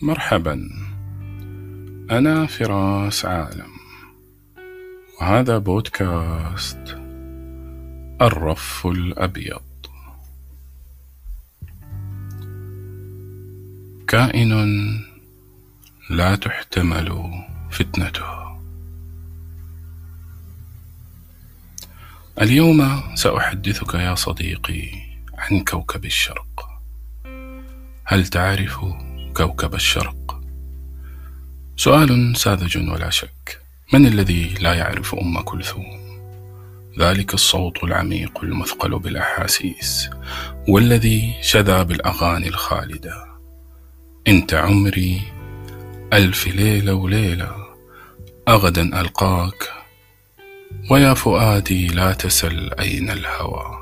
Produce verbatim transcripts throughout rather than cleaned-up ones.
مرحبا، أنا فراس عالم، وهذا بودكاست الرف الأبيض. كائن لا تحتمل فتنته. اليوم سأحدثك يا صديقي عن كوكب الشرق. هل تعرف كوكب الشرق؟ سؤال ساذج ولا شك. من الذي لا يعرف أم كلثوم؟ ذلك الصوت العميق المثقل بالأحاسيس، والذي شذا بالأغاني الخالدة. انت عمري ألف ليلة وليلة، أغدا ألقاك، ويا فؤادي لا تسل أين الهوى.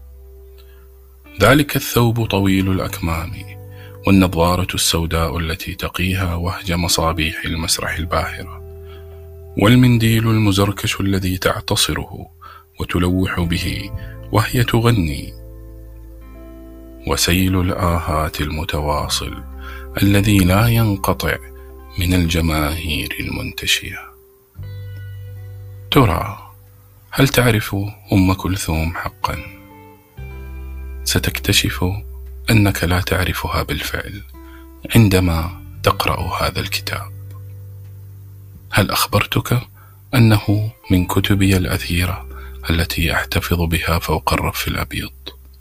ذلك الثوب طويل الأكمام، والنظارة السوداء التي تقيها وهج مصابيح المسرح الباهرة، والمنديل المزركش الذي تعتصره وتلوح به وهي تغني، وسيل الآهات المتواصل الذي لا ينقطع من الجماهير المنتشية. ترى هل تعرف أم كلثوم حقا؟ ستكتشف أنك لا تعرفها بالفعل عندما تقرأ هذا الكتاب. هل أخبرتك أنه من كتبي الأثيرة التي أحتفظ بها فوق الرف الأبيض؟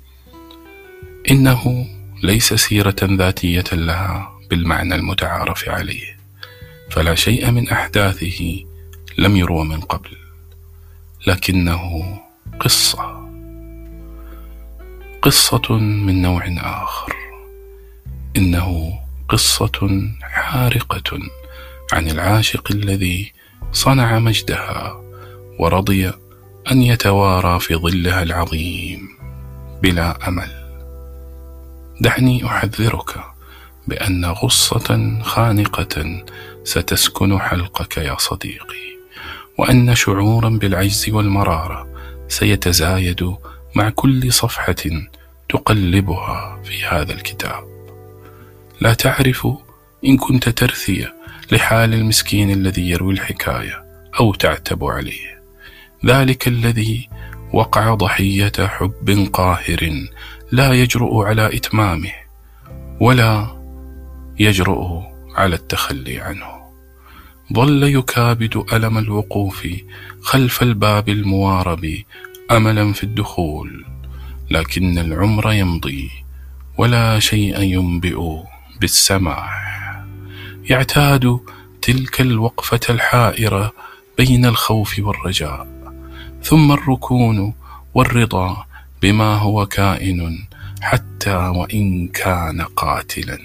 إنه ليس سيرة ذاتية لها بالمعنى المتعارف عليه، فلا شيء من أحداثه لم يروى من قبل، لكنه قصة قصة من نوع آخر. إنه قصة حارقة عن العاشق الذي صنع مجدها ورضي أن يتوارى في ظلها العظيم بلا أمل. دعني أحذرك بأن غصة خانقة ستسكن حلقك يا صديقي، وأن شعورا بالعجز والمرارة سيتزايد مع كل صفحة تقلبها في هذا الكتاب. لا تعرف إن كنت ترثي لحال المسكين الذي يروي الحكاية أو تعتب عليه، ذلك الذي وقع ضحية حب قاهر لا يجرؤ على إتمامه ولا يجرؤ على التخلي عنه. ظل يكابد ألم الوقوف خلف الباب الموارب أملا في الدخول، لكن العمر يمضي ولا شيء ينبئ بالسماح. يعتاد تلك الوقفة الحائرة بين الخوف والرجاء، ثم الركون والرضا بما هو كائن حتى وإن كان قاتلا.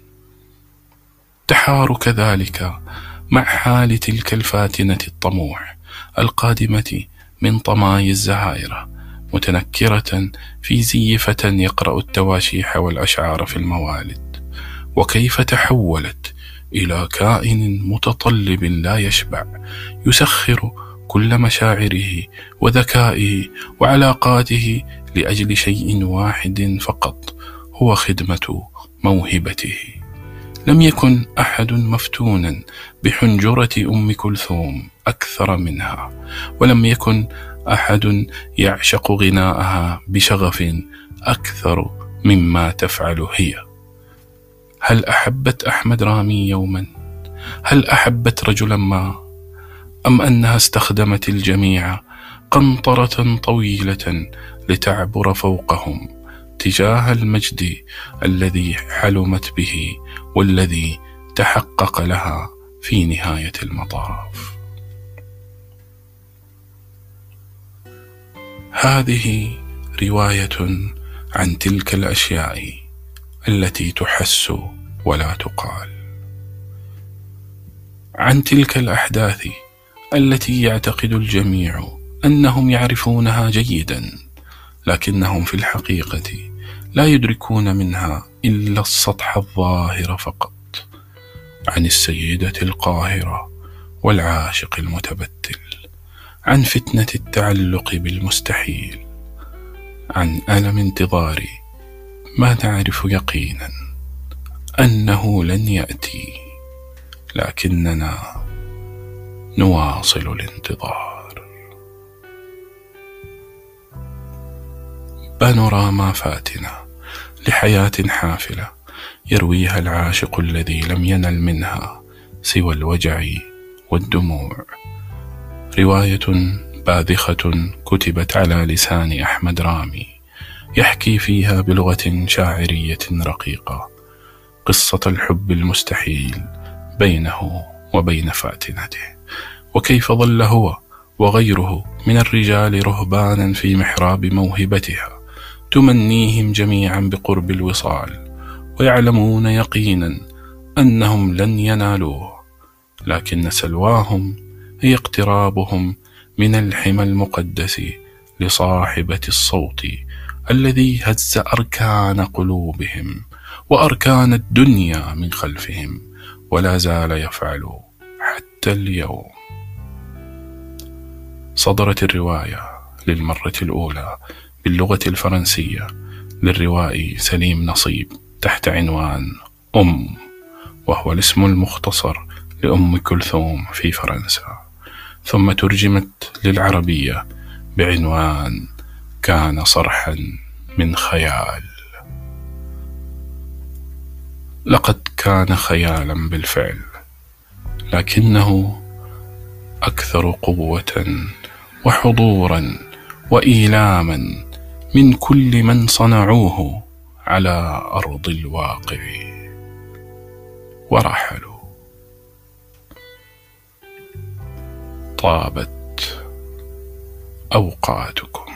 تحار كذلك مع حال تلك الفاتنة الطموح القادمة من طماي الزهائر، متنكرة في زي فتى يقرأ التواشيح والأشعار في الموالد، وكيف تحولت إلى كائن متطلب لا يشبع، يسخر كل مشاعره وذكائه وعلاقاته لأجل شيء واحد فقط، هو خدمة موهبته. لم يكن أحد مفتونا بحنجرة أم كلثوم أكثر منها، ولم يكن أحد يعشق غناءها بشغف أكثر مما تفعل هي. هل أحبت أحمد رامي يوما؟ هل أحبت رجلا ما؟ أم أنها استخدمت الجميع قنطرة طويلة لتعبر فوقهم تجاه المجد الذي حلمت به والذي تحقق لها في نهاية المطاف؟ هذه رواية عن تلك الأشياء التي تحس ولا تقال، عن تلك الأحداث التي يعتقد الجميع أنهم يعرفونها جيدا، لكنهم في الحقيقة لا يدركون منها إلا السطح الظاهر فقط. عن السيدة القاهرة والعاشق المتبتل، عن فتنة التعلق بالمستحيل، عن ألم انتظار ما نعرف يقينا أنه لن يأتي، لكننا نواصل الانتظار. بانوراما فاتنة لحياة حافلة يرويها العاشق الذي لم ينل منها سوى الوجع والدموع. رواية باذخة كتبت على لسان أحمد رامي، يحكي فيها بلغة شاعرية رقيقة قصة الحب المستحيل بينه وبين فاتنته، وكيف ظل هو وغيره من الرجال رهبانا في محراب موهبتها، تمنيهم جميعا بقرب الوصال، ويعلمون يقينا أنهم لن ينالوه، لكن سلواهم هي اقترابهم من الحمى المقدس لصاحبة الصوت الذي هز أركان قلوبهم وأركان الدنيا من خلفهم، ولا زال يفعل حتى اليوم. صدرت الرواية للمرة الأولى باللغة الفرنسية للروائي سليم نصيب تحت عنوان أم، وهو الاسم المختصر لأم كلثوم في فرنسا، ثم ترجمت للعربية بعنوان كان صرحا من خيال. لقد كان خيالا بالفعل، لكنه أكثر قوة وحضورا وإيلاما من كل من صنعوه على أرض الواقع ورحلوا. طابت أوقاتكم.